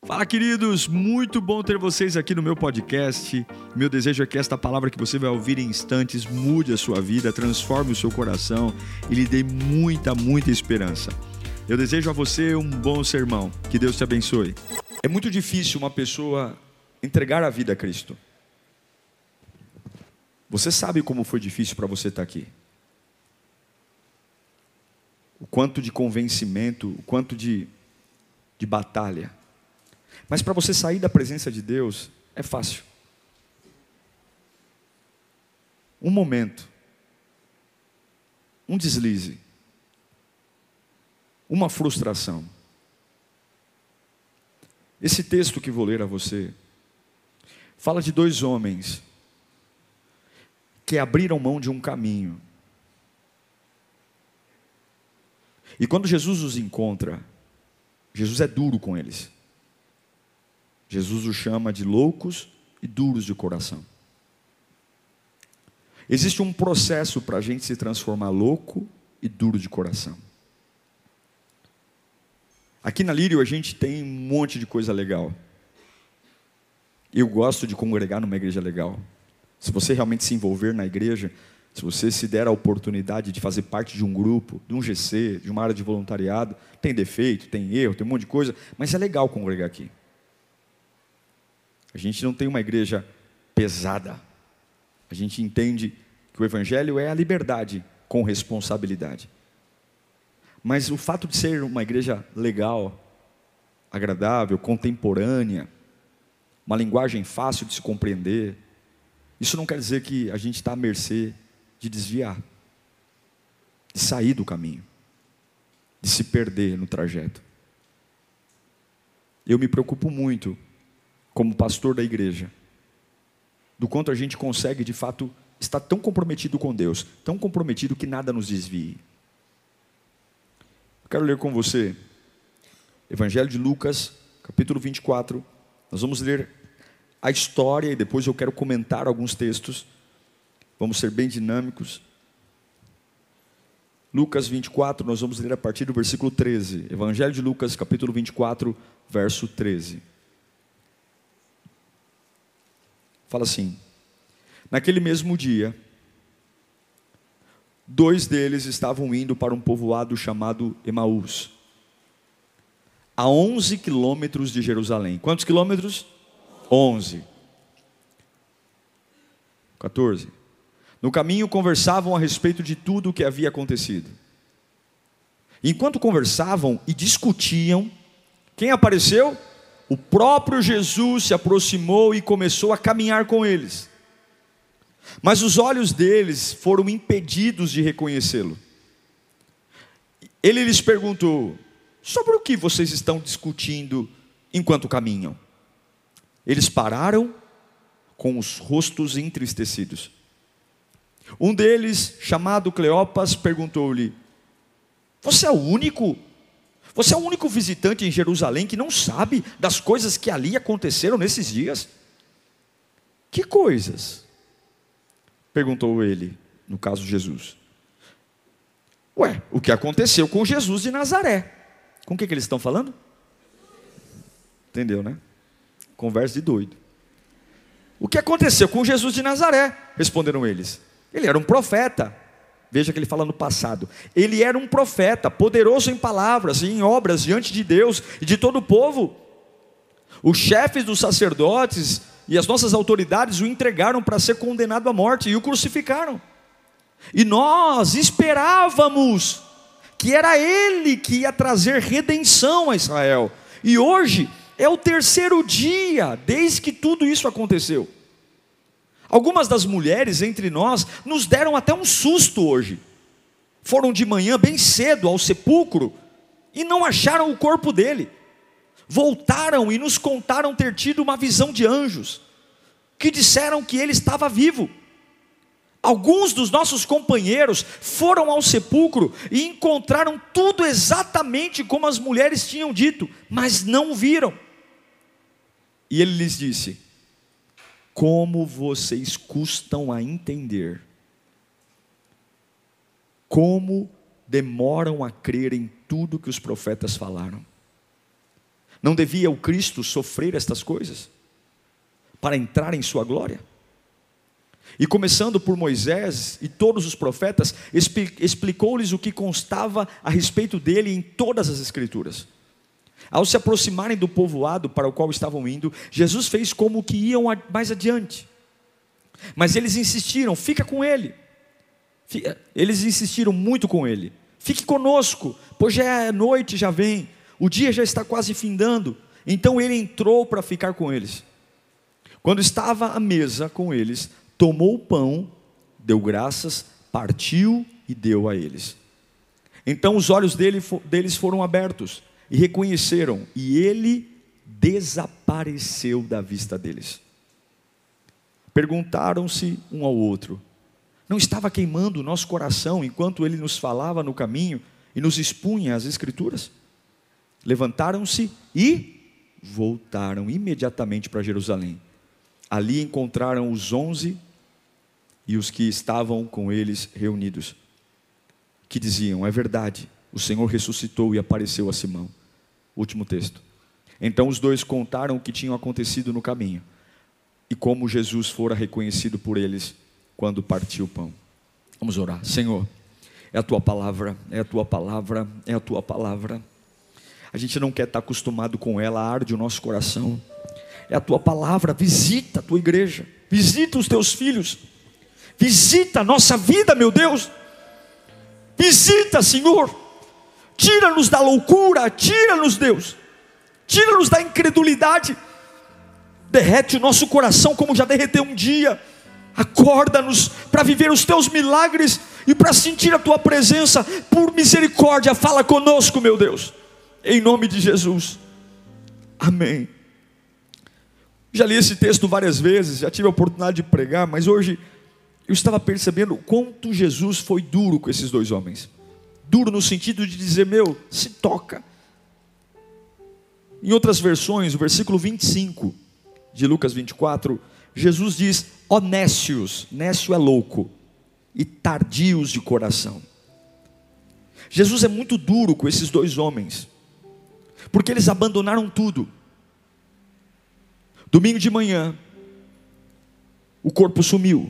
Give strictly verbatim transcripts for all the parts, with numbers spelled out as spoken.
Fala, queridos, muito bom ter vocês aqui no meu podcast. Meu desejo é que esta palavra que você vai ouvir em instantes mude a sua vida, transforme o seu coração e lhe dê muita, muita esperança. Eu desejo a você um bom sermão, que Deus te abençoe. É muito difícil uma pessoa entregar a vida a Cristo. Você sabe como foi difícil para você estar aqui? O quanto de convencimento, o quanto de, de batalha. Mas para você sair da presença de Deus, é fácil. Um momento, um deslize, uma frustração. Esse texto que vou ler a você, fala de dois homens que abriram mão de um caminho. E quando Jesus os encontra, Jesus é duro com eles. Jesus os chama de loucos e duros de coração. Existe um processo para a gente se transformar louco e duro de coração. Aqui na Lírio a gente tem um monte de coisa legal. Eu gosto de congregar numa igreja legal. Se você realmente se envolver na igreja, se você se der a oportunidade de fazer parte de um grupo, de um G C, de uma área de voluntariado, tem defeito, tem erro, tem um monte de coisa, mas é legal congregar aqui. A gente não tem uma igreja pesada. A gente entende que o evangelho é a liberdade com responsabilidade. Mas o fato de ser uma igreja legal, agradável, contemporânea, uma linguagem fácil de se compreender, isso não quer dizer que a gente está à mercê de desviar, de sair do caminho, de se perder no trajeto. Eu me preocupo muito, como pastor da igreja, do quanto a gente consegue de fato estar tão comprometido com Deus, tão comprometido que nada nos desvie. Eu quero ler com você Evangelho de Lucas, capítulo vinte e quatro. Nós vamos ler a história e depois eu quero comentar alguns textos. Vamos ser bem dinâmicos. Lucas vinte e quatro, nós vamos ler a partir do versículo treze. Evangelho de Lucas, capítulo vinte e quatro, verso treze. Fala assim: naquele mesmo dia, dois deles estavam indo para um povoado chamado Emaús, a onze quilômetros de Jerusalém. Quantos quilômetros? onze. quatorze. No caminho conversavam a respeito de tudo o que havia acontecido. Enquanto conversavam e discutiam, quem apareceu? O próprio Jesus se aproximou e começou a caminhar com eles. Mas os olhos deles foram impedidos de reconhecê-lo. Ele lhes perguntou: sobre o que vocês estão discutindo enquanto caminham? Eles pararam com os rostos entristecidos. Um deles, chamado Cleopas, perguntou-lhe: você é o único Você é o único visitante em Jerusalém que não sabe das coisas que ali aconteceram nesses dias? Que coisas? Perguntou ele, no caso Jesus. Ué, o que aconteceu com Jesus de Nazaré? Com o que, que eles estão falando? Entendeu, né? Conversa de doido. O que aconteceu com Jesus de Nazaré? Responderam eles. Ele era um profeta. Veja que ele fala no passado. Ele era um profeta, poderoso em palavras e em obras diante de Deus e de todo o povo. Os chefes dos sacerdotes e as nossas autoridades o entregaram para ser condenado à morte e o crucificaram. E nós esperávamos que era ele que ia trazer redenção a Israel. E hoje é o terceiro dia desde que tudo isso aconteceu. Algumas das mulheres entre nós nos deram até um susto hoje. Foram de manhã bem cedo ao sepulcro e não acharam o corpo dele. Voltaram e nos contaram ter tido uma visão de anjos, que disseram que ele estava vivo. Alguns dos nossos companheiros foram ao sepulcro e encontraram tudo exatamente como as mulheres tinham dito, mas não viram. E ele lhes disse: como vocês custam a entender, como demoram a crer em tudo que os profetas falaram. Não devia o Cristo sofrer estas coisas para entrar em sua glória? E começando por Moisés e todos os profetas, explicou-lhes o que constava a respeito dele em todas as Escrituras. Ao se aproximarem do povoado para o qual estavam indo, Jesus fez como que iam mais adiante. Mas eles insistiram: fica com ele. Eles insistiram muito com ele: fique conosco, pois já é noite, já vem, o dia já está quase findando. Então ele entrou para ficar com eles. Quando estava à mesa com eles, tomou o pão, deu graças, partiu e deu a eles. Então os olhos dele, deles foram abertos e reconheceram, e ele desapareceu da vista deles. Perguntaram-se um ao outro: não estava queimando o nosso coração enquanto ele nos falava no caminho e nos expunha as Escrituras? Levantaram-se e voltaram imediatamente para Jerusalém. Ali encontraram os onze e os que estavam com eles reunidos, que diziam: é verdade, o Senhor ressuscitou e apareceu a Simão. Último texto. Então os dois contaram o que tinha acontecido no caminho e como Jesus fora reconhecido por eles quando partiu o pão. Vamos orar. Senhor, é a Tua palavra, é a Tua palavra, é a Tua palavra. A gente não quer estar acostumado com ela, arde o nosso coração. É a Tua palavra. Visita a Tua igreja, visita os Teus filhos, visita a nossa vida, meu Deus. Visita, Senhor. Tira-nos da loucura, tira-nos, Deus, tira-nos da incredulidade. Derrete o nosso coração como já derreteu um dia. Acorda-nos para viver os Teus milagres e para sentir a Tua presença. Por misericórdia, fala conosco, meu Deus, em nome de Jesus, amém. Já li esse texto várias vezes, já tive a oportunidade de pregar, mas hoje eu estava percebendo o quanto Jesus foi duro com esses dois homens. Duro no sentido de dizer: meu, se toca. Em outras versões, o versículo vinte e cinco de Lucas vinte e quatro, Jesus diz: ó nécios, nécio é louco, e tardios de coração. Jesus é muito duro com esses dois homens, porque eles abandonaram tudo. Domingo de manhã, o corpo sumiu.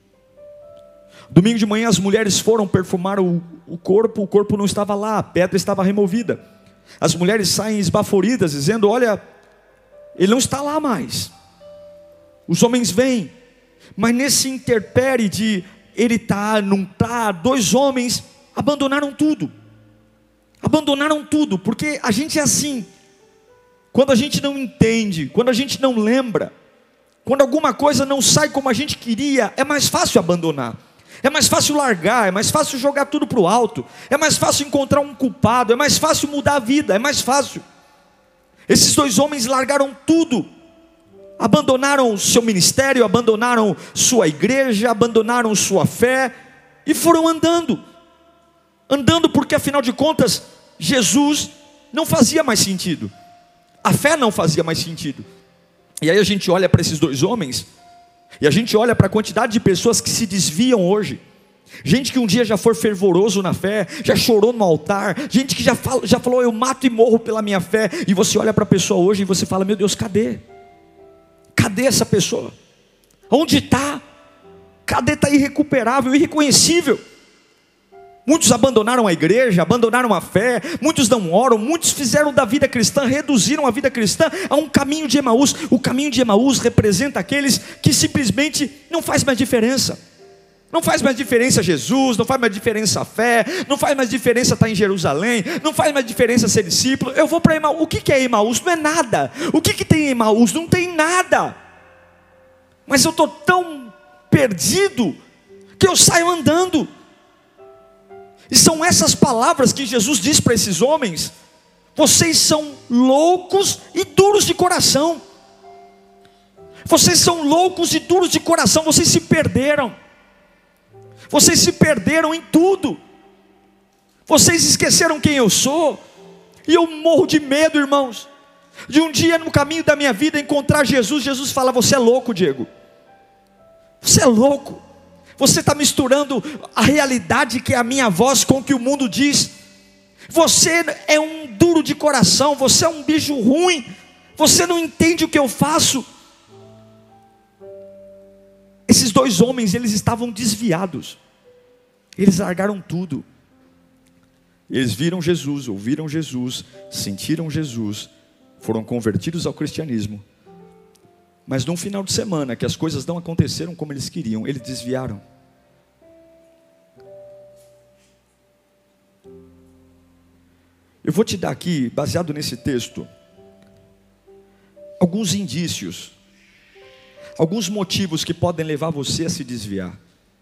Domingo de manhã as mulheres foram perfumar o, o corpo, o corpo não estava lá, a pedra estava removida. As mulheres saem esbaforidas, dizendo: olha, ele não está lá mais. Os homens vêm, mas nesse interpérie de ele está, não está, dois homens abandonaram tudo. Abandonaram tudo, porque a gente é assim. Quando a gente não entende, quando a gente não lembra, quando alguma coisa não sai como a gente queria, é mais fácil abandonar. É mais fácil largar, é mais fácil jogar tudo para o alto, é mais fácil encontrar um culpado, é mais fácil mudar a vida, é mais fácil. Esses dois homens largaram tudo, abandonaram seu ministério, abandonaram sua igreja, abandonaram sua fé e foram andando, andando porque afinal de contas, Jesus não fazia mais sentido, a fé não fazia mais sentido. E aí a gente olha para esses dois homens, e a gente olha para a quantidade de pessoas que se desviam hoje. Gente que um dia já foi fervoroso na fé, já chorou no altar, gente que já, fala, já falou: eu mato e morro pela minha fé. E você olha para a pessoa hoje e você fala: meu Deus, cadê? Cadê essa pessoa? Onde está? Cadê? Está irrecuperável, irreconhecível. Muitos abandonaram a igreja, abandonaram a fé, muitos não oram, muitos fizeram da vida cristã, reduziram a vida cristã a um caminho de Emaús. O caminho de Emaús representa aqueles que simplesmente não faz mais diferença. Não faz mais diferença Jesus, não faz mais diferença a fé, não faz mais diferença estar em Jerusalém, não faz mais diferença ser discípulo. Eu vou para Emaús. O que que é Emaús? Não é nada. O que que tem em Emaús? Não tem nada. Mas eu estou tão perdido que eu saio andando. E são essas palavras que Jesus diz para esses homens: vocês são loucos e duros de coração. Vocês são loucos e duros de coração. Vocês se perderam. Vocês se perderam em tudo. Vocês esqueceram quem eu sou. E eu morro de medo, irmãos, de um dia no caminho da minha vida encontrar Jesus. Jesus fala: você é louco, Diego. Você é louco. Você está misturando a realidade que é a minha voz com o que o mundo diz. Você é um duro de coração, você é um bicho ruim, você não entende o que eu faço. Esses dois homens, eles estavam desviados, eles largaram tudo. Eles viram Jesus, ouviram Jesus, sentiram Jesus, foram convertidos ao cristianismo. Mas num final de semana, que as coisas não aconteceram como eles queriam, eles desviaram. Eu vou te dar aqui, baseado nesse texto, alguns indícios, alguns motivos que podem levar você a se desviar.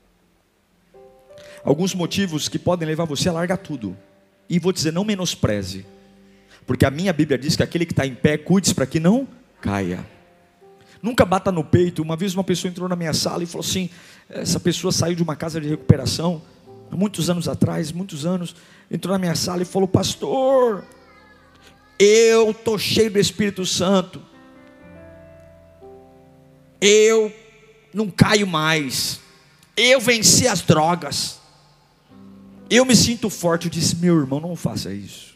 Alguns motivos que podem levar você a largar tudo. E vou dizer, não menospreze, porque a minha Bíblia diz que aquele que está em pé, cuide-se para que não caia. Nunca bata no peito. Uma vez uma pessoa entrou na minha sala e falou assim, essa pessoa saiu de uma casa de recuperação, muitos anos atrás, muitos anos, entrou na minha sala e falou, pastor, eu estou cheio do Espírito Santo, eu não caio mais, eu venci as drogas, eu me sinto forte. Eu disse, meu irmão, não faça isso,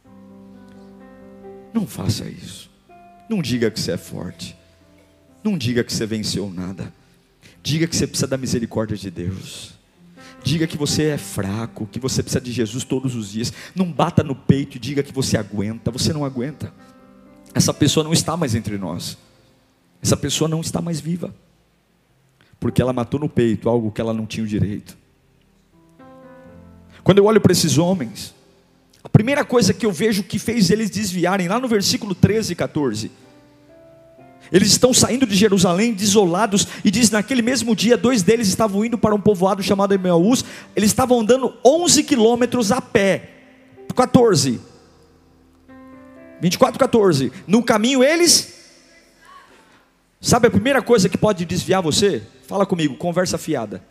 não faça isso, não diga que você é forte, não diga que você venceu nada, diga que você precisa da misericórdia de Deus, diga que você é fraco, que você precisa de Jesus todos os dias. Não bata no peito e diga que você aguenta, você não aguenta. Essa pessoa não está mais entre nós, essa pessoa não está mais viva, porque ela matou no peito algo que ela não tinha o direito. Quando eu olho para esses homens, a primeira coisa que eu vejo que fez eles desviarem, lá no versículo treze e quatorze, eles estão saindo de Jerusalém desolados, e diz, naquele mesmo dia, dois deles estavam indo para um povoado chamado Emaús. Eles estavam andando onze quilômetros a pé. quatorze, vinte e quatro, quatorze, no caminho eles, sabe a primeira coisa que pode desviar você? Fala comigo, conversa fiada.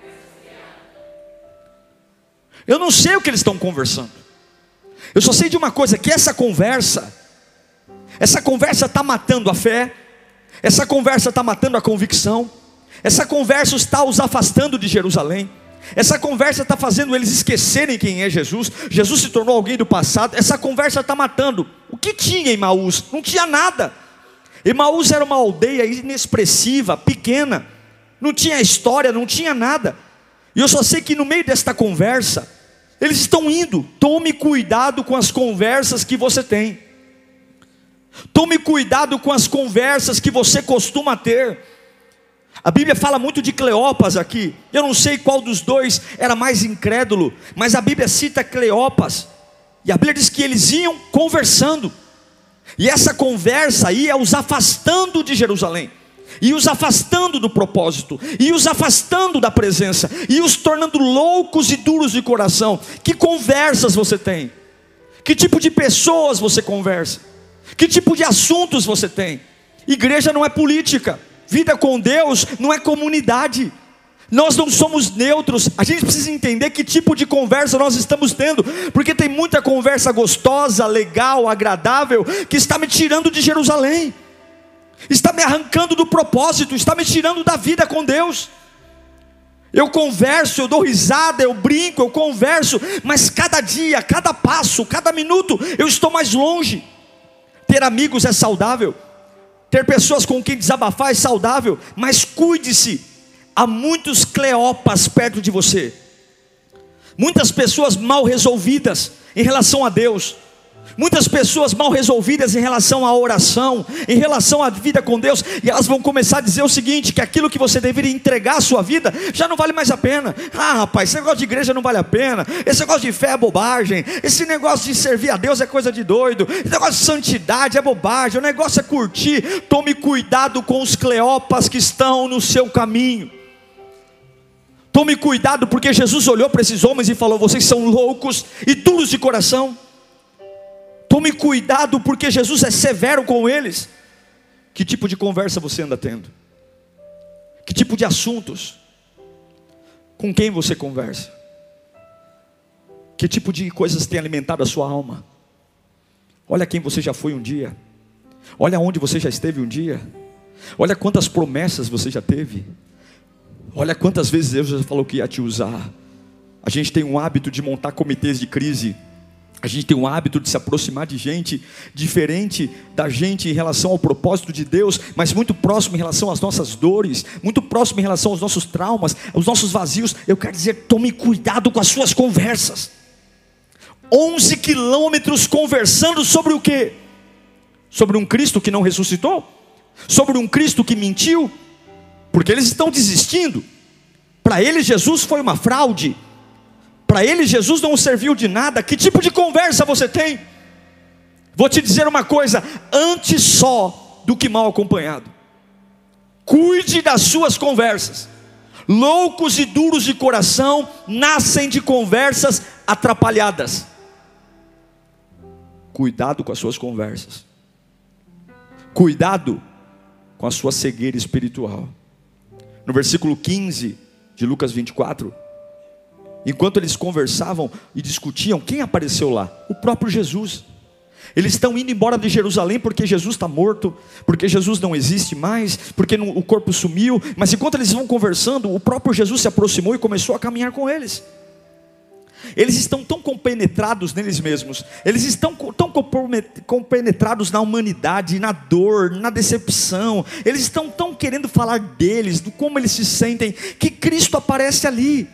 Eu não sei o que eles estão conversando, eu só sei de uma coisa, que essa conversa, essa conversa está matando a fé, essa conversa está matando a convicção, essa conversa está os afastando de Jerusalém, essa conversa está fazendo eles esquecerem quem é Jesus. Jesus se tornou alguém do passado. Essa conversa está matando. O que tinha em Emaús? Não tinha nada. Emaús era uma aldeia inexpressiva, pequena, não tinha história, não tinha nada. E eu só sei que no meio desta conversa, eles estão indo. Tome cuidado com as conversas que você tem. Tome cuidado com as conversas que você costuma ter. A Bíblia fala muito de Cleopas aqui. Eu não sei qual dos dois era mais incrédulo, mas a Bíblia cita Cleopas, e a Bíblia diz que eles iam conversando, e essa conversa ia os afastando de Jerusalém, e os afastando do propósito, e os afastando da presença, e os tornando loucos e duros de coração. Que conversas você tem? Que tipo de pessoas você conversa? Que tipo de assuntos você tem? Igreja não é política, vida com Deus não é comunidade. Nós não somos neutros. A gente precisa entender que tipo de conversa nós estamos tendo, porque tem muita conversa gostosa, legal, agradável, que está me tirando de Jerusalém, está me arrancando do propósito, está me tirando da vida com Deus. Eu converso, eu dou risada, eu brinco, eu converso, mas cada dia, cada passo, cada minuto, eu estou mais longe. Ter amigos é saudável, ter pessoas com quem desabafar é saudável, mas cuide-se, há muitos Cleopas perto de você, muitas pessoas mal resolvidas em relação a Deus, muitas pessoas mal resolvidas em relação à oração, em relação à vida com Deus, e elas vão começar a dizer o seguinte, que aquilo que você deveria entregar à sua vida, já não vale mais a pena. Ah rapaz, esse negócio de igreja não vale a pena, esse negócio de fé é bobagem, esse negócio de servir a Deus é coisa de doido, esse negócio de santidade é bobagem, o negócio é curtir. Tome cuidado com os Cleopas que estão no seu caminho. Tome cuidado, porque Jesus olhou para esses homens e falou, vocês são loucos e duros de coração. Tome cuidado, porque Jesus é severo com eles. Que tipo de conversa você anda tendo? Que tipo de assuntos? Com quem você conversa? Que tipo de coisas tem alimentado a sua alma? Olha quem você já foi um dia, olha onde você já esteve um dia, olha quantas promessas você já teve, olha quantas vezes Deus já falou que ia te usar. A gente tem um hábito de montar comitês de crise. A gente tem um hábito de se aproximar de gente diferente da gente em relação ao propósito de Deus, mas muito próximo em relação às nossas dores, muito próximo em relação aos nossos traumas, aos nossos vazios. Eu quero dizer, tome cuidado com as suas conversas. onze quilômetros conversando sobre o quê? Sobre um Cristo que não ressuscitou? Sobre um Cristo que mentiu? Porque eles estão desistindo. Para eles Jesus foi uma fraude. Para eles Jesus não serviu de nada. Que tipo de conversa você tem? Vou te dizer uma coisa: antes só do que mal acompanhado. Cuide das suas conversas. Loucos e duros de coração nascem de conversas atrapalhadas. Cuidado com as suas conversas. Cuidado com a sua cegueira espiritual. No versículo quinze de Lucas vinte e quatro, enquanto eles conversavam e discutiam, quem apareceu lá? O próprio Jesus. Eles estão indo embora de Jerusalém porque Jesus está morto, porque Jesus não existe mais, porque não, o corpo sumiu. Mas enquanto eles vão conversando, o próprio Jesus se aproximou e começou a caminhar com eles. Eles estão tão compenetrados neles mesmos, eles estão tão compenetrados na humanidade, na dor, na decepção. Eles estão tão querendo falar deles, do como eles se sentem, que Cristo aparece ali.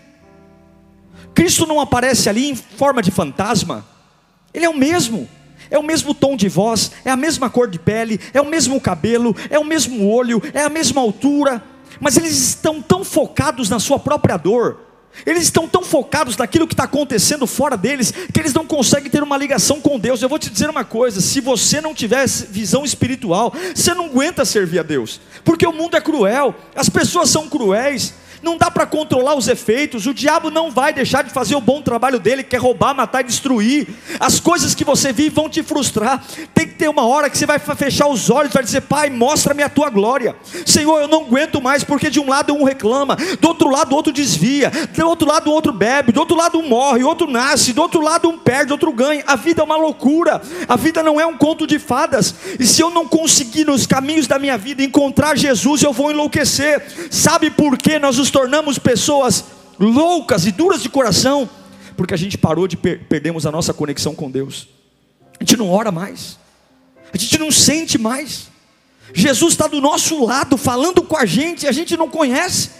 Cristo não aparece ali em forma de fantasma. Ele é o mesmo. É o mesmo tom de voz, é a mesma cor de pele, é o mesmo cabelo, é o mesmo olho, é a mesma altura. Mas eles estão tão focados na sua própria dor, eles estão tão focados naquilo que está acontecendo fora deles, que eles não conseguem ter uma ligação com Deus. Eu vou te dizer uma coisa: se você não tiver visão espiritual, você não aguenta servir a Deus, porque o mundo é cruel, as pessoas são cruéis. Não dá para controlar os efeitos. O diabo não vai deixar de fazer o bom trabalho dele, que é roubar, matar e destruir. As coisas que você vive vão te frustrar. Tem que ter uma hora que você vai fechar os olhos, vai dizer: Pai, mostra-me a tua glória. Senhor, eu não aguento mais, porque de um lado um reclama, do outro lado o outro desvia, do outro lado o outro bebe, do outro lado um morre, o outro nasce, do outro lado um perde, o outro ganha. A vida é uma loucura, a vida não é um conto de fadas. E se eu não conseguir nos caminhos da minha vida encontrar Jesus, eu vou enlouquecer. Sabe por que nós nos tornamos pessoas loucas e duras de coração? Porque a gente parou de per- perdemos a nossa conexão com Deus. A gente não ora mais, a gente não sente mais. Jesus está do nosso lado, falando com a gente, a gente não conhece,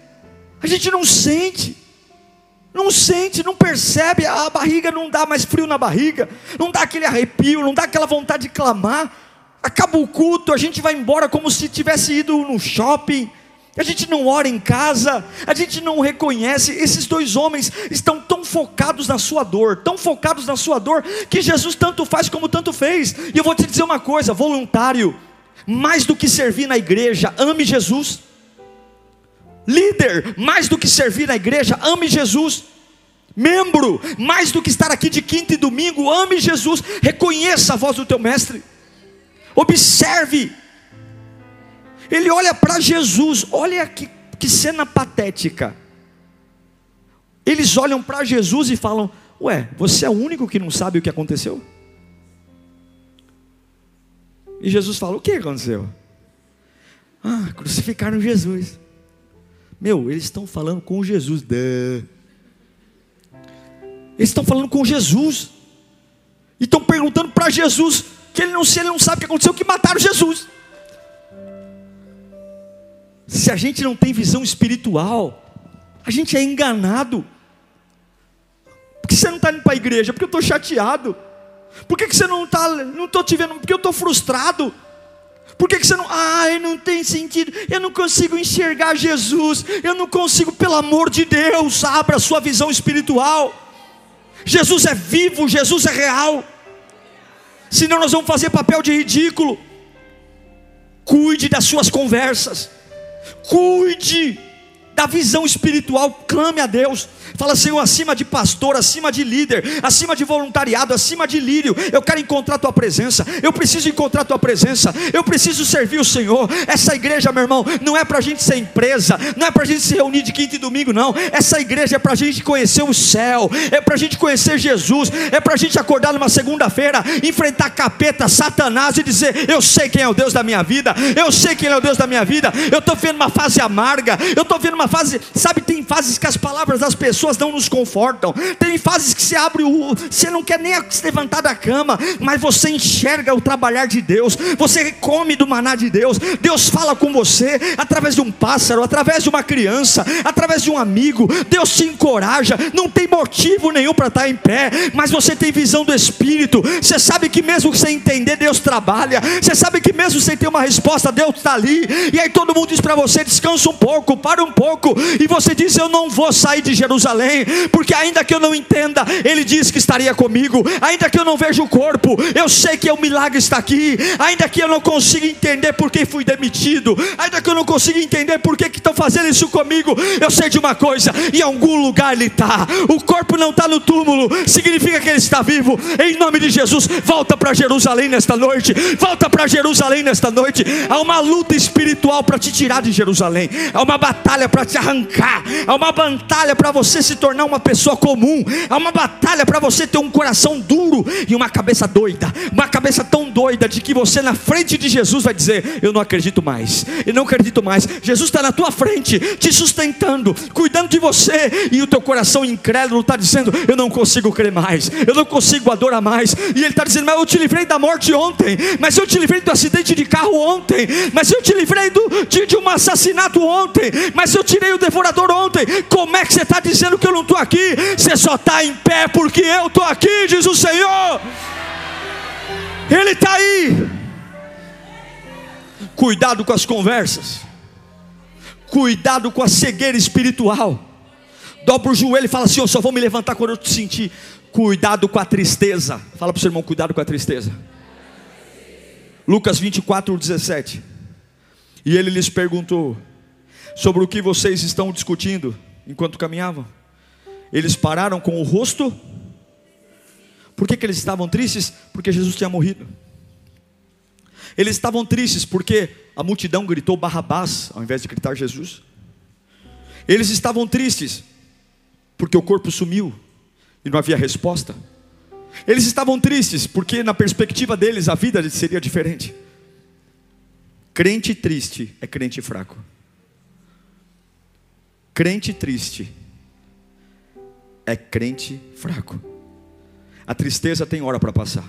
a gente não sente, não sente, não percebe. A barriga não dá mais frio na barriga, não dá aquele arrepio, não dá aquela vontade de clamar. Acaba o culto, a gente vai embora como se tivesse ido no shopping. A gente não ora em casa, a gente não reconhece. Esses dois homens estão tão focados na sua dor, tão focados na sua dor, que Jesus tanto faz como tanto fez. E eu vou te dizer uma coisa: voluntário, mais do que servir na igreja, ame Jesus. Líder, mais do que servir na igreja, ame Jesus. Membro, mais do que estar aqui de quinta e domingo, ame Jesus. Reconheça a voz do teu mestre, observe. Ele olha para Jesus, olha que, que cena patética. Eles olham para Jesus e falam: ué, você é o único que não sabe o que aconteceu? E Jesus fala: o que aconteceu? Ah, crucificaram Jesus. Meu, eles estão falando com Jesus. Duh. Eles estão falando com Jesus e estão perguntando para Jesus, que ele não, se ele não sabe o que aconteceu, que mataram Jesus. Se a gente não tem visão espiritual, a gente é enganado. Por que você não está indo para a igreja? Porque eu estou chateado. Por que, que você não está, não estou te vendo? Porque eu estou frustrado. Por que, que você não, ai, não tem sentido, eu não consigo enxergar Jesus, eu não consigo. Pelo amor de Deus, abra a sua visão espiritual. Jesus é vivo, Jesus é real. Senão nós vamos fazer papel de ridículo. Cuide das suas conversas, cuide da visão espiritual, clame a Deus. Fala: Senhor, acima de pastor, acima de líder, acima de voluntariado, acima de lírio, eu quero encontrar a tua presença. Eu preciso encontrar a tua presença. Eu preciso servir o Senhor. Essa igreja, meu irmão, não é para a gente ser empresa, não é para a gente se reunir de quinta e domingo, não. Essa igreja é para a gente conhecer o céu, é para a gente conhecer Jesus, é para a gente acordar numa segunda-feira, enfrentar capeta, Satanás e dizer: eu sei quem é o Deus da minha vida, eu sei quem é o Deus da minha vida. Eu estou vendo uma fase amarga, eu estou vendo uma fase, sabe, tem fases que as palavras das pessoas pessoas não nos confortam. Tem fases que você abre o... Você não quer nem se levantar da cama, mas você enxerga o trabalhar de Deus. Você come do maná de Deus. Deus fala com você através de um pássaro, através de uma criança, através de um amigo. Deus te encoraja. Não tem motivo nenhum para estar em pé, mas você tem visão do Espírito. Você sabe que mesmo sem entender, Deus trabalha. Você sabe que mesmo sem ter uma resposta, Deus está ali. E aí todo mundo diz para você: descansa um pouco, para um pouco. E você diz: eu não vou sair de Jerusalém, porque ainda que eu não entenda, Ele disse que estaria comigo. Ainda que eu não veja o corpo, eu sei que o milagre está aqui. Ainda que eu não consiga entender por que fui demitido, ainda que eu não consiga entender por que estão fazendo isso comigo, eu sei de uma coisa: em algum lugar Ele está. O corpo não está no túmulo, significa que Ele está vivo. Em nome de Jesus, volta para Jerusalém nesta noite. Volta para Jerusalém nesta noite. Há uma luta espiritual para te tirar de Jerusalém. Há uma batalha para te arrancar. Há uma batalha para você se tornar uma pessoa comum. Há uma batalha para você ter um coração duro e uma cabeça doida. Uma cabeça tão doida de que você na frente de Jesus vai dizer: eu não acredito mais, eu não acredito mais. Jesus está na tua frente, te sustentando, cuidando de você, e o teu coração incrédulo está dizendo: eu não consigo crer mais, eu não consigo adorar mais. E Ele está dizendo: mas eu te livrei da morte ontem, mas eu te livrei do acidente de carro ontem, mas eu te livrei do, de, de um assassinato ontem, mas eu tirei o devorador ontem. Como é que você está dizendo que eu não estou aqui? Você só está em pé porque eu estou aqui, diz o Senhor. Ele está aí. Cuidado com as conversas, cuidado com a cegueira espiritual. Dobra o joelho e fala assim: eu só vou me levantar quando eu te sentir. Cuidado com a tristeza. Fala para o seu irmão: cuidado com a tristeza. Lucas vinte e quatro, dezessete. E ele lhes perguntou: sobre o que vocês estão discutindo enquanto caminhavam? Eles pararam com o rosto. Por que que eles estavam tristes? Porque Jesus tinha morrido. Eles estavam tristes porque a multidão gritou Barrabás ao invés de gritar Jesus. Eles estavam tristes porque o corpo sumiu e não havia resposta. Eles estavam tristes porque na perspectiva deles a vida seria diferente. Crente triste é crente fraco. Crente triste é crente fraco. A tristeza tem hora para passar.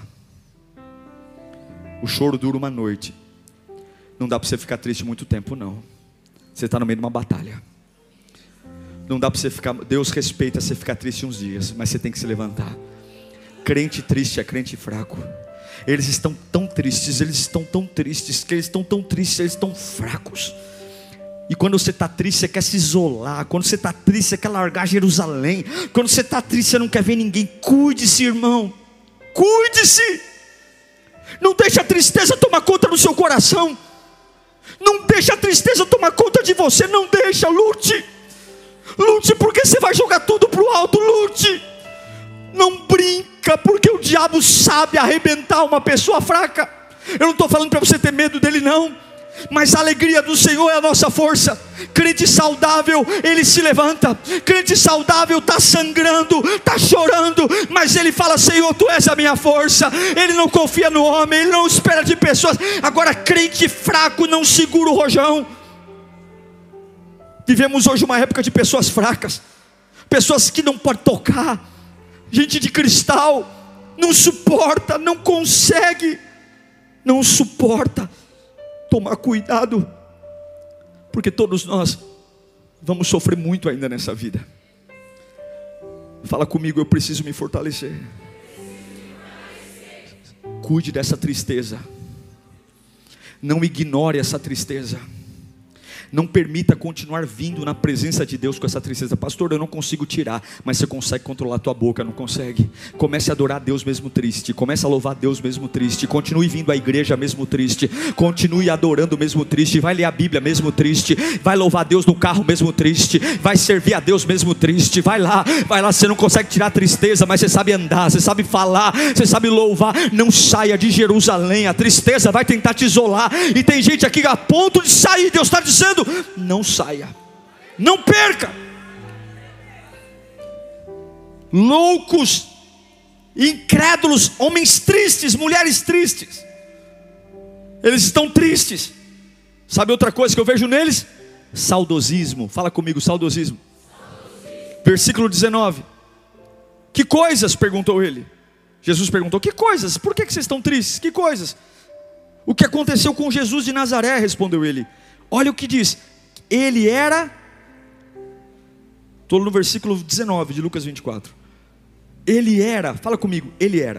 O choro dura uma noite. Não dá para você ficar triste muito tempo, não. Você está no meio de uma batalha. Não dá para você ficar... Deus respeita você ficar triste uns dias, mas você tem que se levantar. Crente triste é crente fraco. Eles estão tão tristes, eles estão tão tristes, que eles estão tão tristes, eles estão fracos. E quando você está triste, você quer se isolar. Quando você está triste, você quer largar Jerusalém. Quando você está triste, você não quer ver ninguém. Cuide-se, irmão. Cuide-se. Não deixe a tristeza tomar conta do seu coração. Não deixe a tristeza tomar conta de você. Não deixa, lute. Lute, porque você vai jogar tudo para o alto. Lute. Não brinca, porque o diabo sabe arrebentar uma pessoa fraca. Eu não estou falando para você ter medo dele, não. Mas a alegria do Senhor é a nossa força. Crente saudável, ele se levanta. Crente saudável está sangrando, está chorando, mas ele fala: Senhor, Tu és a minha força. Ele não confia no homem, ele não espera de pessoas. Agora, crente fraco não segura o rojão. Vivemos hoje uma época de pessoas fracas, pessoas que não podem tocar, gente de cristal, não suporta, não consegue, não suporta. Tomar cuidado, porque todos nós vamos sofrer muito ainda nessa vida. Fala comigo: eu preciso me fortalecer. Cuide dessa tristeza. Não ignore essa tristeza. Não permita continuar vindo na presença de Deus com essa tristeza. Pastor, eu não consigo tirar. Mas você consegue controlar a tua boca? Não consegue. Comece a adorar Deus mesmo triste. Comece a louvar Deus mesmo triste. Continue vindo à igreja mesmo triste. Continue adorando mesmo triste. Vai ler a Bíblia mesmo triste. Vai louvar Deus no carro mesmo triste. Vai servir a Deus mesmo triste. Vai lá, vai lá. Você não consegue tirar a tristeza, mas você sabe andar, você sabe falar, você sabe louvar. Não saia de Jerusalém. A tristeza vai tentar te isolar. E tem gente aqui a ponto de sair. Deus está dizendo: não saia, não perca. Loucos, incrédulos, homens tristes, mulheres tristes, eles estão tristes. Sabe outra coisa que eu vejo neles? Saudosismo. Fala comigo: saudosismo. Versículo dezenove. Que coisas? Perguntou ele. Jesus perguntou, que coisas? Por que vocês estão tristes? Que coisas? O que aconteceu com Jesus de Nazaré? Respondeu ele. Olha o que diz. Ele era... Estou no versículo dezenove de Lucas vinte e quatro. Ele era, fala comigo, ele era.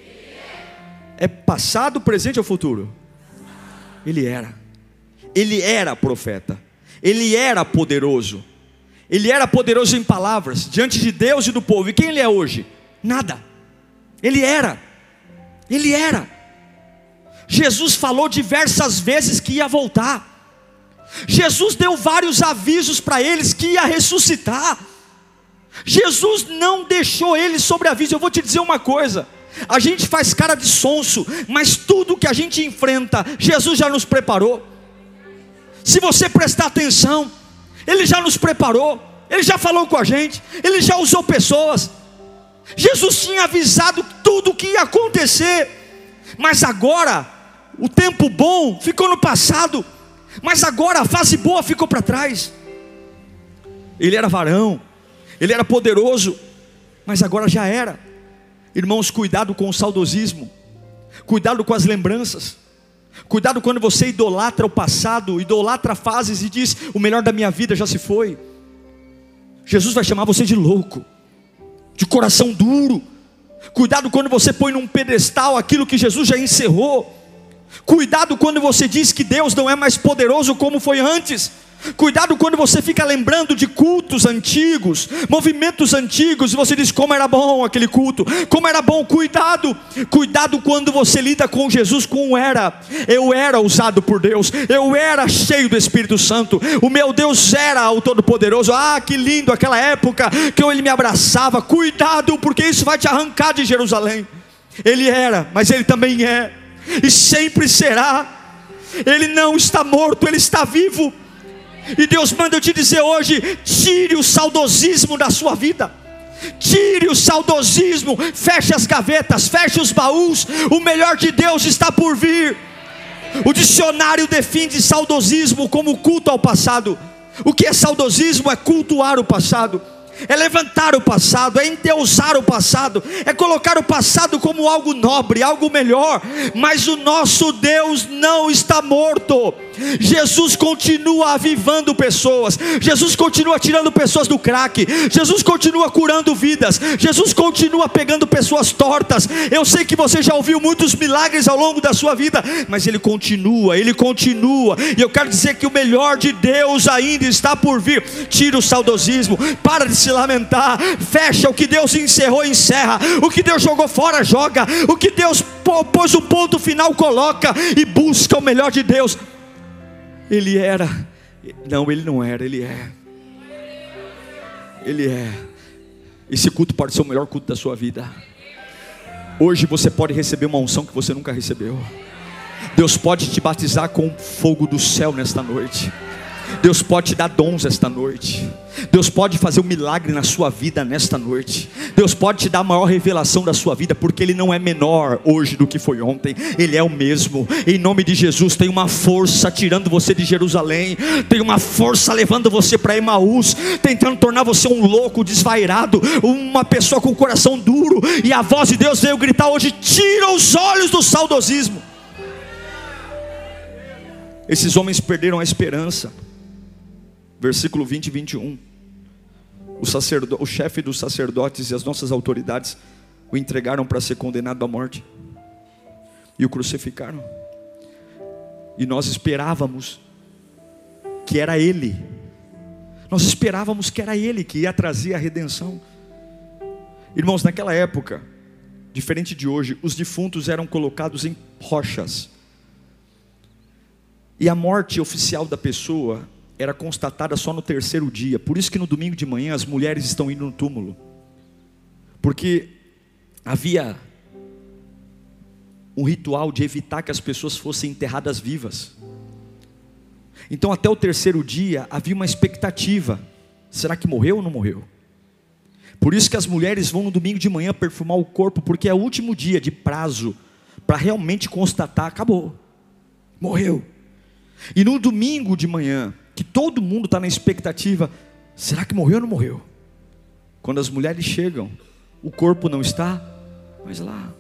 É passado, presente ou futuro? Ele era. Ele era profeta. Ele era poderoso. Ele era poderoso em palavras, diante de Deus e do povo. E quem ele é hoje? Nada. Ele era. Ele era. Jesus falou diversas vezes que ia voltar. Jesus deu vários avisos para eles que ia ressuscitar. Jesus não deixou eles sobre aviso. Eu vou te dizer uma coisa. A gente faz cara de sonso, mas tudo que a gente enfrenta, Jesus já nos preparou. Se você prestar atenção, Ele já nos preparou. Ele já falou com a gente. Ele já usou pessoas. Jesus tinha avisado tudo o que ia acontecer. Mas agora, o tempo bom ficou no passado. Mas agora a fase boa ficou para trás. Ele era varão, ele era poderoso, mas agora já era. Irmãos, cuidado com o saudosismo. Cuidado com as lembranças. Cuidado quando você idolatra o passado, idolatra fases e diz, o melhor da minha vida já se foi. Jesus vai chamar você de louco, de coração duro. Cuidado quando você põe num pedestal aquilo que Jesus já encerrou. Cuidado quando você diz que Deus não é mais poderoso como foi antes. Cuidado quando você fica lembrando de cultos antigos, movimentos antigos, e você diz como era bom aquele culto, como era bom. Cuidado, cuidado quando você lida com Jesus com era. Eu era usado por Deus, eu era cheio do Espírito Santo, o meu Deus era o Todo-Poderoso. Ah, que lindo aquela época que Ele me abraçava. Cuidado, porque isso vai te arrancar de Jerusalém. Ele era, mas Ele também é, e sempre será. Ele não está morto, Ele está vivo. E Deus manda eu te dizer hoje, tire o saudosismo da sua vida. Tire o saudosismo, feche as gavetas, feche os baús. O melhor de Deus está por vir. O dicionário define saudosismo como culto ao passado. O que é saudosismo? É cultuar o passado, é levantar o passado, é endeusar o passado, é colocar o passado como algo nobre, algo melhor. Mas o nosso Deus não está morto. Jesus continua avivando pessoas. Jesus continua tirando pessoas do crack. Jesus continua curando vidas. Jesus continua pegando pessoas tortas. Eu sei que você já ouviu muitos milagres ao longo da sua vida, mas Ele continua, Ele continua. E eu quero dizer que o melhor de Deus ainda está por vir. Tira o saudosismo, para de se lamentar, fecha o que Deus encerrou, encerra. O que Deus jogou fora, joga. O que Deus pôs o ponto final, coloca. E busca o melhor de Deus. Ele era, não, Ele não era, Ele é. Ele é. Esse culto pode ser o melhor culto da sua vida. Hoje você pode receber uma unção que você nunca recebeu. Deus pode te batizar com fogo do céu nesta noite. Deus pode te dar dons esta noite. Deus pode fazer um milagre na sua vida nesta noite. Deus pode te dar a maior revelação da sua vida, porque Ele não é menor hoje do que foi ontem. Ele é o mesmo. Em nome de Jesus, tem uma força tirando você de Jerusalém. Tem uma força levando você para Emaús, tentando tornar você um louco, desvairado, uma pessoa com o coração duro. E a voz de Deus veio gritar hoje: tira os olhos do saudosismo. Esses homens perderam a esperança. Versículo vinte e vinte e um. O, sacerdo, o chefe dos sacerdotes e as nossas autoridades o entregaram para ser condenado à morte e o crucificaram. E nós esperávamos que era Ele. Nós esperávamos que era Ele que ia trazer a redenção. Irmãos, naquela época, diferente de hoje, os defuntos eram colocados em rochas. E a morte oficial da pessoa era constatada só no terceiro dia. Por isso que no domingo de manhã as mulheres estão indo no túmulo, porque havia um ritual de evitar que as pessoas fossem enterradas vivas. Então até o terceiro dia havia uma expectativa: será que morreu ou não morreu? Por isso que as mulheres vão no domingo de manhã perfumar o corpo, porque é o último dia de prazo para realmente constatar: acabou, morreu. E no domingo de manhã, que todo mundo está na expectativa: será que morreu ou não morreu? Quando as mulheres chegam, o corpo não está mais lá.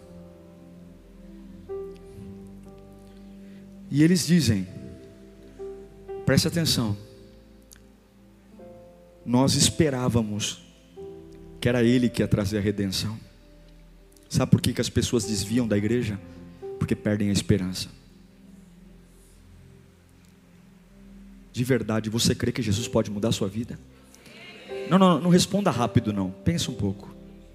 E eles dizem, preste atenção, nós esperávamos que era Ele que ia trazer a redenção. Sabe por que que as pessoas desviam da igreja? Porque perdem a esperança. De verdade, você crê que Jesus pode mudar a sua vida? Não, não, não responda rápido não, pensa um pouco.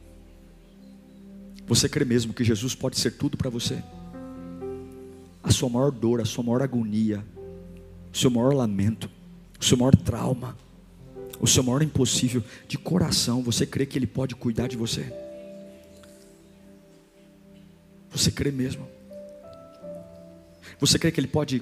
Você crê mesmo que Jesus pode ser tudo para você? A sua maior dor, a sua maior agonia, o seu maior lamento, o seu maior trauma, o seu maior impossível, de coração, você crê que Ele pode cuidar de você? Você crê mesmo? Você crê que Ele pode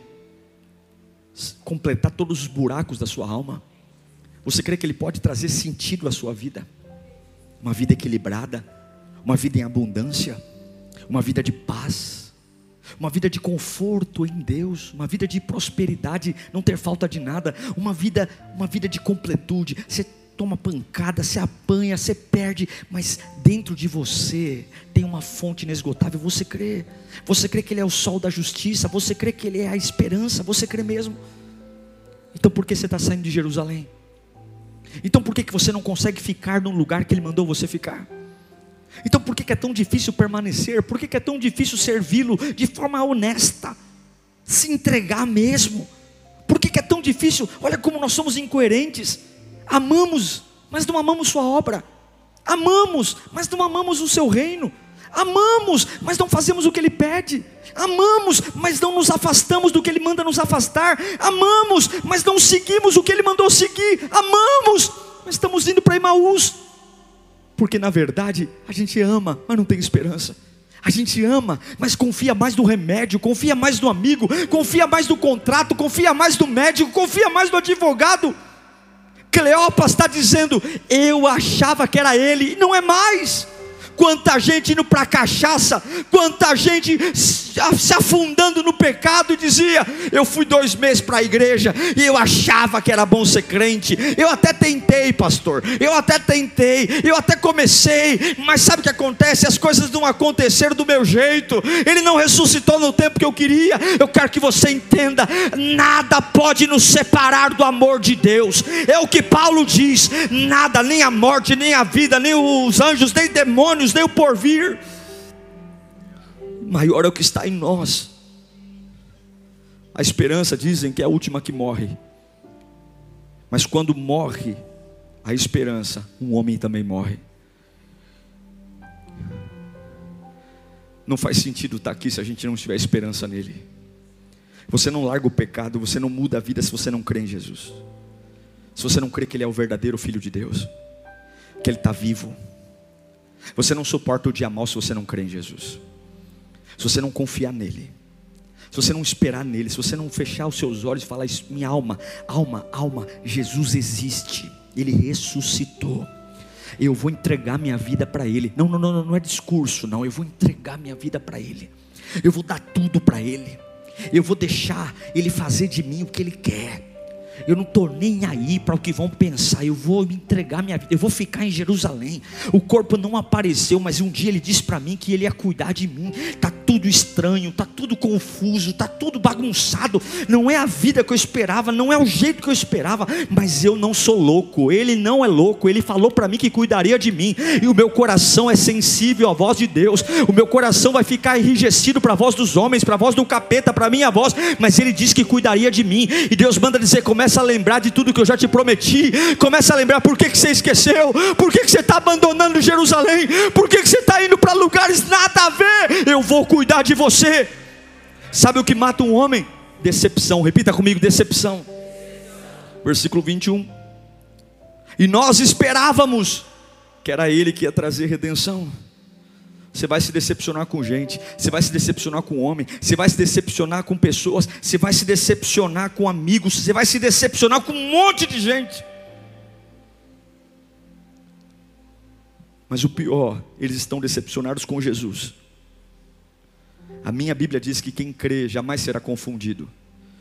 completar todos os buracos da sua alma? Você crê que Ele pode trazer sentido à sua vida? Uma vida equilibrada, uma vida em abundância, uma vida de paz, uma vida de conforto em Deus, uma vida de prosperidade, não ter falta de nada, uma vida, uma vida de completude. Você toma pancada, você apanha, você perde, mas dentro de você tem uma fonte inesgotável. Você crê, você crê que Ele é o sol da justiça, você crê que Ele é a esperança, você crê mesmo? Então por que você está saindo de Jerusalém? Então por que que você não consegue ficar no lugar que Ele mandou você ficar? Então por que que é tão difícil permanecer? Por que que é tão difícil servi-lo de forma honesta? Se entregar mesmo? Por que que é tão difícil? Olha como nós somos incoerentes. Amamos, mas não amamos sua obra. Amamos, mas não amamos o seu reino. Amamos, mas não fazemos o que Ele pede. Amamos, mas não nos afastamos do que Ele manda nos afastar. Amamos, mas não seguimos o que Ele mandou seguir. Amamos, mas estamos indo para Emaús. Porque na verdade a gente ama, mas não tem esperança. A gente ama, mas confia mais no remédio, confia mais no amigo, confia mais no contrato, confia mais no médico, confia mais no advogado. Cleopas está dizendo, eu achava que era Ele, e não é mais. Quanta gente indo para a cachaça, quanta gente se afundando no pecado e dizia, eu fui dois meses para a igreja e eu achava que era bom ser crente, eu até tentei pastor, eu até tentei, eu até comecei, mas sabe o que acontece? As coisas não aconteceram do meu jeito, Ele não ressuscitou no tempo que eu queria. Eu quero que você entenda, nada pode nos separar do amor de Deus, é o que Paulo diz, nada, nem a morte, nem a vida, nem os anjos, nem demônios, nem o porvir, maior é o que está em nós. A esperança dizem que é a última que morre, mas quando morre a esperança, um homem também morre. Não faz sentido estar aqui se a gente não tiver esperança nele. Você não larga o pecado, você não muda a vida se você não crê em Jesus, se você não crê que Ele é o verdadeiro Filho de Deus, que Ele está vivo. Você não suporta o dia mal se você não crê em Jesus, se você não confiar nele, se você não esperar nele, se você não fechar os seus olhos e falar, minha alma, alma, alma, Jesus existe, Ele ressuscitou, eu vou entregar minha vida para Ele. Não, não, não, não é discurso não, eu vou entregar minha vida para Ele, eu vou dar tudo para Ele, eu vou deixar Ele fazer de mim o que Ele quer. Eu não estou nem aí para o que vão pensar. Eu vou me entregar minha vida. Eu vou ficar em Jerusalém. O corpo não apareceu, mas um dia Ele disse para mim que Ele ia cuidar de mim. Está tudo estranho, está tudo confuso, está tudo bagunçado. Não é a vida que eu esperava, não é o jeito que eu esperava, mas eu não sou louco. Ele não é louco. Ele falou para mim que cuidaria de mim, e o meu coração é sensível à voz de Deus. O meu coração vai ficar enrijecido para a voz dos homens, para a voz do capeta, para a minha voz, mas Ele disse que cuidaria de mim. E Deus manda dizer, como Começa a lembrar de tudo que eu já te prometi. Começa a lembrar por que, que você esqueceu, por que, que você está abandonando Jerusalém, por que, que você está indo para lugares nada a ver. Eu vou cuidar de você. Sabe o que mata um homem? Decepção. Repita comigo, decepção. Versículo vinte e um. E nós esperávamos que era Ele que ia trazer redenção. Você vai se decepcionar com gente, você vai se decepcionar com homem, você vai se decepcionar com pessoas, você vai se decepcionar com amigos, você vai se decepcionar com um monte de gente. Mas o pior, eles estão decepcionados com Jesus. A minha Bíblia diz que quem crê jamais será confundido.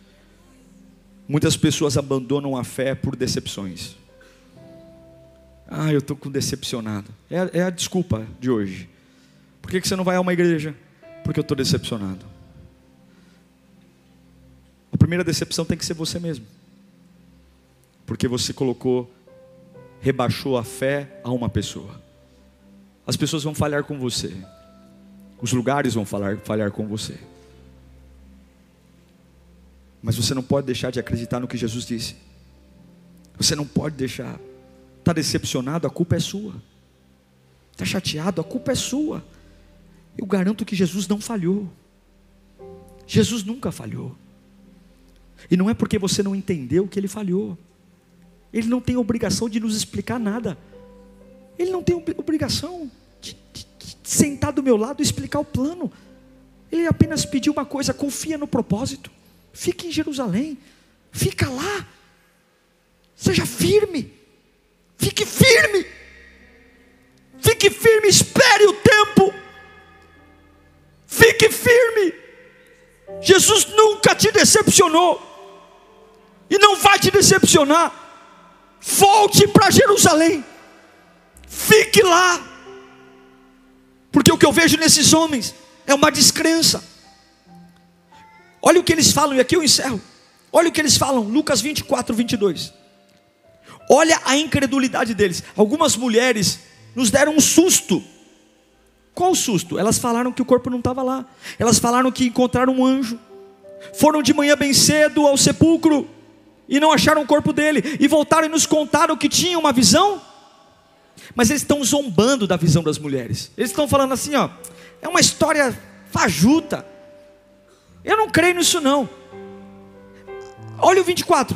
Muitas pessoas abandonam a fé por decepções. Ah, eu estou decepcionado. É, é a desculpa de hoje. Por que, que você não vai a uma igreja? Porque eu estou decepcionado. A primeira decepção tem que ser você mesmo. Porque você colocou, rebaixou a fé a uma pessoa. As pessoas vão falhar com você. Os lugares vão falhar, falhar com você. Mas você não pode deixar de acreditar no que Jesus disse. Você não pode deixar. Está decepcionado, a culpa é sua. Está chateado, a culpa é sua. Eu garanto que Jesus não falhou. Jesus nunca falhou. E não é porque você não entendeu que Ele falhou. Ele não tem obrigação de nos explicar nada. Ele não tem obrigação de, de, de sentar do meu lado e explicar o plano. Ele apenas pediu uma coisa: confia no propósito. Fique em Jerusalém. Fica lá. Seja firme. Fique firme. Fique firme. Espere o tempo. Fique firme. Jesus nunca te decepcionou. E não vai te decepcionar. Volte para Jerusalém. Fique lá. Porque o que eu vejo nesses homens é uma descrença. Olha o que eles falam, e aqui eu encerro. Olha o que eles falam, Lucas vinte e quatro, vinte e dois. Olha a incredulidade deles. Algumas mulheres nos deram um susto. Qual o susto? Elas falaram que o corpo não estava lá. Elas falaram que encontraram um anjo. Foram de manhã bem cedo ao sepulcro e não acharam o corpo dele. E voltaram e nos contaram que tinham uma visão. Mas eles estão zombando da visão das mulheres. Eles estão falando assim, ó, é uma história fajuta. Eu não creio nisso não. Olha o vinte e quatro.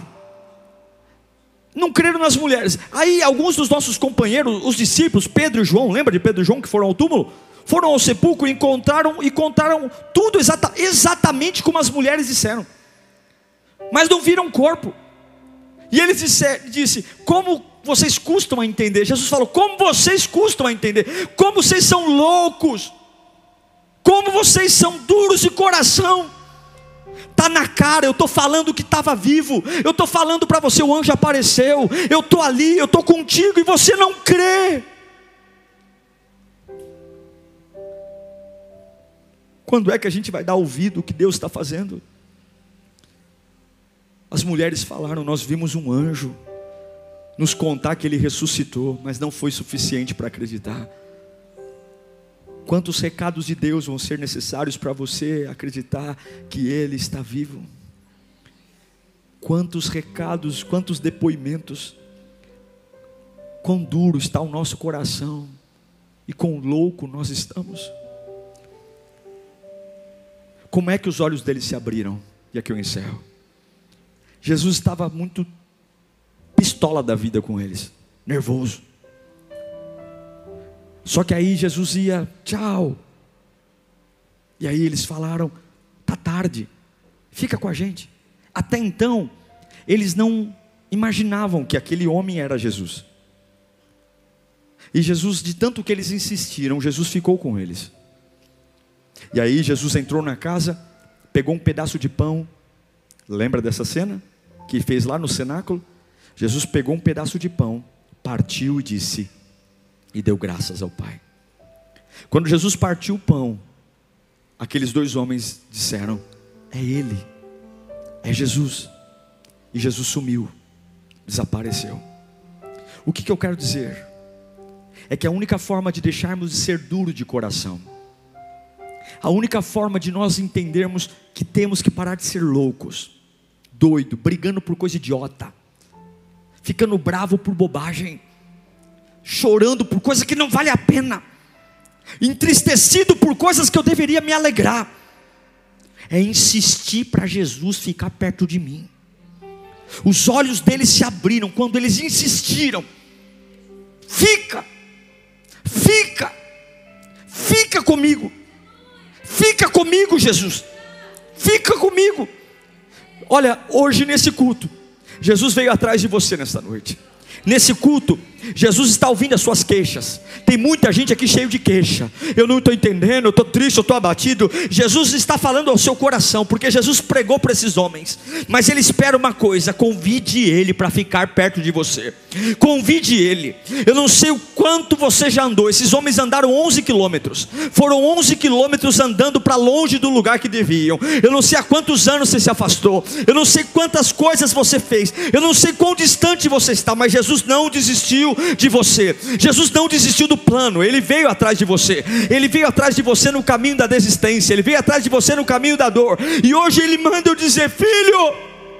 Não creram nas mulheres. Aí alguns dos nossos companheiros, os discípulos, Pedro e João, lembra de Pedro e João que foram ao túmulo? Foram ao sepulcro e encontraram e contaram tudo exata, exatamente como as mulheres disseram. Mas não viram corpo. E eles disse, disse, como vocês custam a entender? Jesus falou, como vocês custam a entender? Como vocês são loucos. Como vocês são duros de coração. Está na cara, eu estou falando que estava vivo. Eu estou falando para você, o anjo apareceu. Eu estou ali, eu estou contigo e você não crê. Quando é que a gente vai dar ouvido ao que Deus está fazendo? As mulheres falaram, nós vimos um anjo nos contar que ele ressuscitou, mas não foi suficiente para acreditar. Quantos recados de Deus vão ser necessários para você acreditar que Ele está vivo? Quantos recados, quantos depoimentos. Quão duro está o nosso coração e quão louco nós estamos. Como é que os olhos deles se abriram? E aqui eu encerro. Jesus estava muito pistola da vida com eles, nervoso. Só que aí Jesus ia, tchau. E aí eles falaram, tá tarde, fica com a gente. Até então, eles não imaginavam que aquele homem era Jesus. E Jesus, de tanto que eles insistiram, Jesus ficou com eles. E aí Jesus entrou na casa, pegou um pedaço de pão. Lembra dessa cena? Que fez lá no cenáculo? Jesus pegou um pedaço de pão, partiu e disse... E deu graças ao Pai. Quando Jesus partiu o pão, aqueles dois homens disseram, é Ele, é Jesus. E Jesus sumiu, desapareceu. O que, que eu quero dizer? É que a única forma de deixarmos de ser duro de coração, a única forma de nós entendermos que temos que parar de ser loucos, doido, brigando por coisa idiota, ficando bravo por bobagem, chorando por coisa que não vale a pena, entristecido por coisas que eu deveria me alegrar, é insistir para Jesus ficar perto de mim. Os olhos deles se abriram quando eles insistiram, fica, fica, fica comigo, fica comigo Jesus, fica comigo. Olha, hoje nesse culto, Jesus veio atrás de você nesta noite. Nesse culto, Jesus está ouvindo as suas queixas. Tem muita gente aqui cheio de queixa. Eu não estou entendendo, eu estou triste, eu estou abatido. Jesus está falando ao seu coração, porque Jesus pregou para esses homens. Mas Ele espera uma coisa: convide Ele para ficar perto de você. Convide Ele. Eu não sei o quanto você já andou. Esses homens andaram onze quilômetros. Foram onze quilômetros andando para longe do lugar que deviam. Eu não sei há quantos anos você se afastou. Eu não sei quantas coisas você fez. Eu não sei quão distante você está. Mas Jesus não desistiu de você. Jesus não desistiu do plano. Ele veio atrás de você. Ele veio atrás de você no caminho da desistência. Ele veio atrás de você no caminho da dor. E hoje Ele manda eu dizer: filho,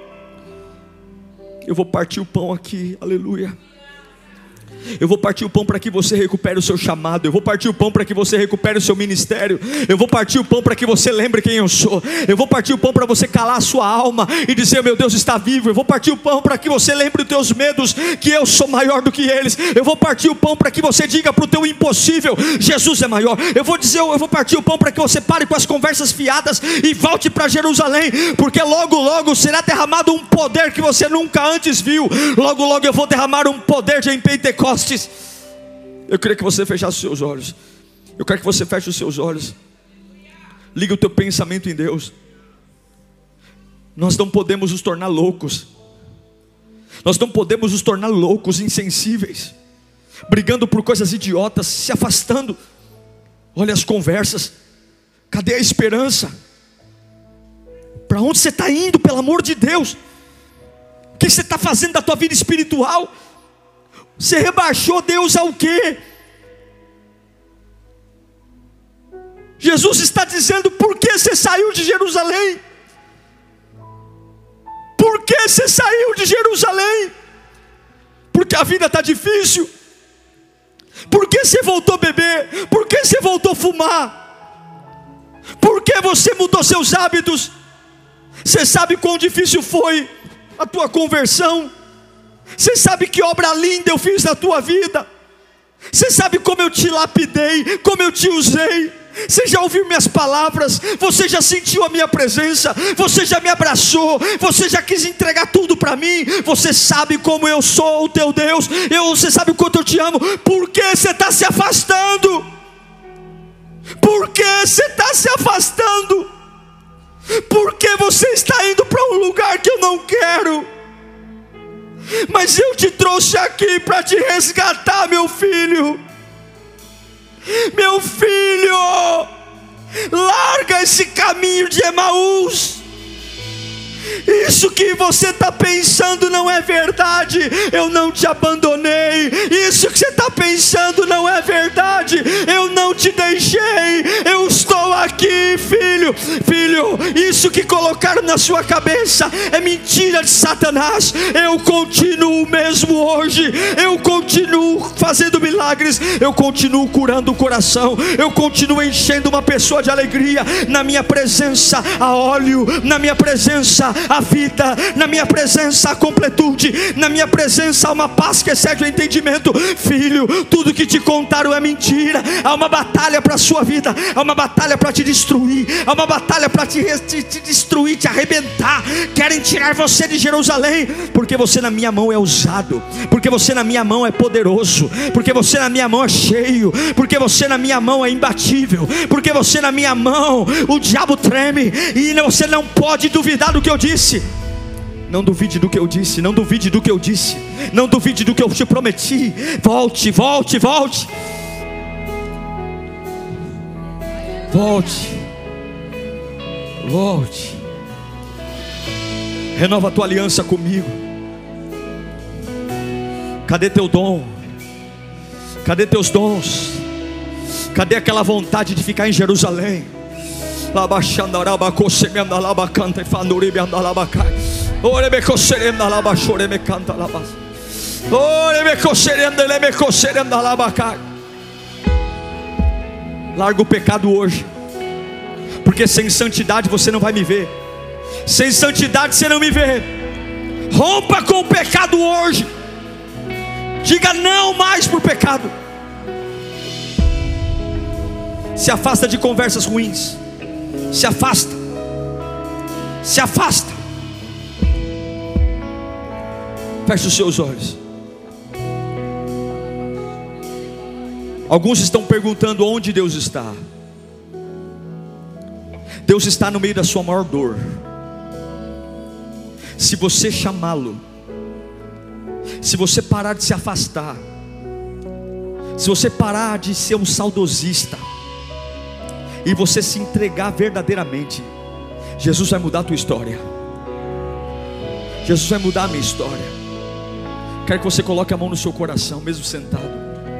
eu vou partir o pão aqui, aleluia. Eu vou partir o pão para que você recupere o seu chamado. Eu vou partir o pão para que você recupere o seu ministério. Eu vou partir o pão para que você lembre quem eu sou. Eu vou partir o pão para você calar a sua alma e dizer: meu Deus está vivo. Eu vou partir o pão para que você lembre os teus medos, que eu sou maior do que eles. Eu vou partir o pão para que você diga para o teu impossível: Jesus é maior. Eu vou dizer, eu vou partir o pão para que você pare com as conversas fiadas e volte para Jerusalém, porque logo logo será derramado um poder que você nunca antes viu. Logo logo eu vou derramar um poder de em Pentecostes. Eu queria que você fechasse os seus olhos. Eu quero que você feche os seus olhos. Liga o teu pensamento em Deus. Nós não podemos nos tornar loucos. Nós não podemos nos tornar loucos, insensíveis, brigando por coisas idiotas, se afastando. Olha as conversas. Cadê a esperança? Para onde você está indo, pelo amor de Deus? O que você está fazendo da tua vida espiritual? Você rebaixou Deus ao quê? Jesus está dizendo: por que você saiu de Jerusalém? Por que você saiu de Jerusalém? Porque a vida está difícil? Por que você voltou a beber? Por que você voltou a fumar? Por que você mudou seus hábitos? Você sabe quão difícil foi a tua conversão? Você sabe que obra linda eu fiz na tua vida? Você sabe como eu te lapidei, como eu te usei? Você já ouviu minhas palavras? Você já sentiu a minha presença? Você já me abraçou? Você já quis entregar tudo para mim? Você sabe como eu sou o teu Deus? Eu, você sabe o quanto eu te amo? Por que você está se afastando? Por que você está se afastando? Por que você está indo para um lugar que eu não quero? Mas eu te trouxe aqui para te resgatar, meu filho. Meu filho, larga esse caminho de Emaús. Isso que você está pensando não é verdade. Eu não te abandonei. Isso que você está pensando não é verdade. Eu não te deixei. Eu estou aqui, filho. Filho, isso que colocaram na sua cabeça é mentira de Satanás. Eu continuo mesmo hoje. Eu continuo fazendo milagres. Eu continuo curando o coração. Eu continuo enchendo uma pessoa de alegria. Na minha presença há óleo. Na minha presença a vida, na minha presença a completude, na minha presença há uma paz que excede o entendimento. Filho, tudo que te contaram é mentira. Há uma batalha para a sua vida, há uma batalha para te destruir, há uma batalha para te, te, te destruir, te arrebentar. Querem tirar você de Jerusalém, porque você na minha mão é usado, porque você na minha mão é poderoso, porque você na minha mão é cheio, porque você na minha mão é imbatível, porque você na minha mão o diabo treme, e você não pode duvidar do que eu disse. Não duvide do que eu disse, não duvide do que eu disse, não duvide do que eu te prometi. Volte, volte, volte. Volte. Volte. Renova a tua aliança comigo. Cadê teu dom? Cadê teus dons? Cadê aquela vontade de ficar em Jerusalém? Larga o pecado hoje, porque sem santidade você não vai me ver. Sem santidade você não me vê. Rompa com o pecado hoje. Diga não mais para o pecado. Se afasta de conversas ruins. Se afasta. Se afasta. Feche os seus olhos. Alguns estão perguntando onde Deus está. Deus está no meio da sua maior dor. Se você chamá-lo, se você parar de se afastar, se você parar de ser um saudosista e você se entregar verdadeiramente, Jesus vai mudar a tua história. Jesus vai mudar a minha história. Quero que você coloque a mão no seu coração, mesmo sentado,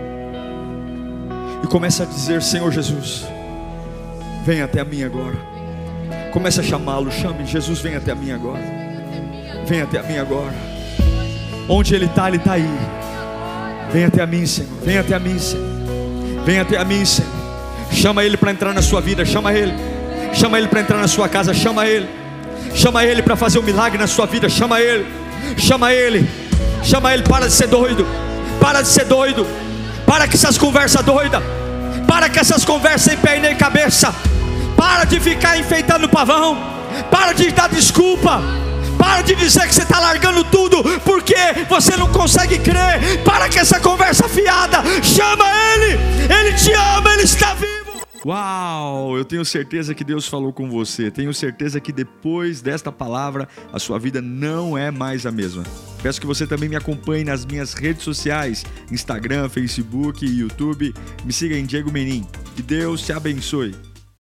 e comece a dizer: Senhor Jesus, vem até a mim agora. Comece a chamá-lo, chame: Jesus, vem até a mim agora. Vem até a mim agora. Onde Ele está, Ele está aí. Vem até a mim, Senhor. Vem até a mim, Senhor. Vem até a mim, Senhor. Chama Ele para entrar na sua vida. Chama Ele. Chama Ele para entrar na sua casa. Chama Ele. Chama Ele para fazer um milagre na sua vida. Chama Ele. Chama Ele. Chama Ele. Para de ser doido. Para de ser doido. Para com essas conversas doidas. Para com essas conversas sem pé e nem cabeça. Para de ficar enfeitando o pavão. Para de dar desculpa. Para de dizer que você está largando tudo porque você não consegue crer. Para com essa conversa fiada. Chama Ele. Ele te ama, Ele está vivo. Uau, eu tenho certeza que Deus falou com você. Tenho certeza que depois desta palavra a sua vida não é mais a mesma. Peço que você também me acompanhe nas minhas redes sociais: Instagram, Facebook e YouTube. Me siga em Diego Menin. Que Deus te abençoe.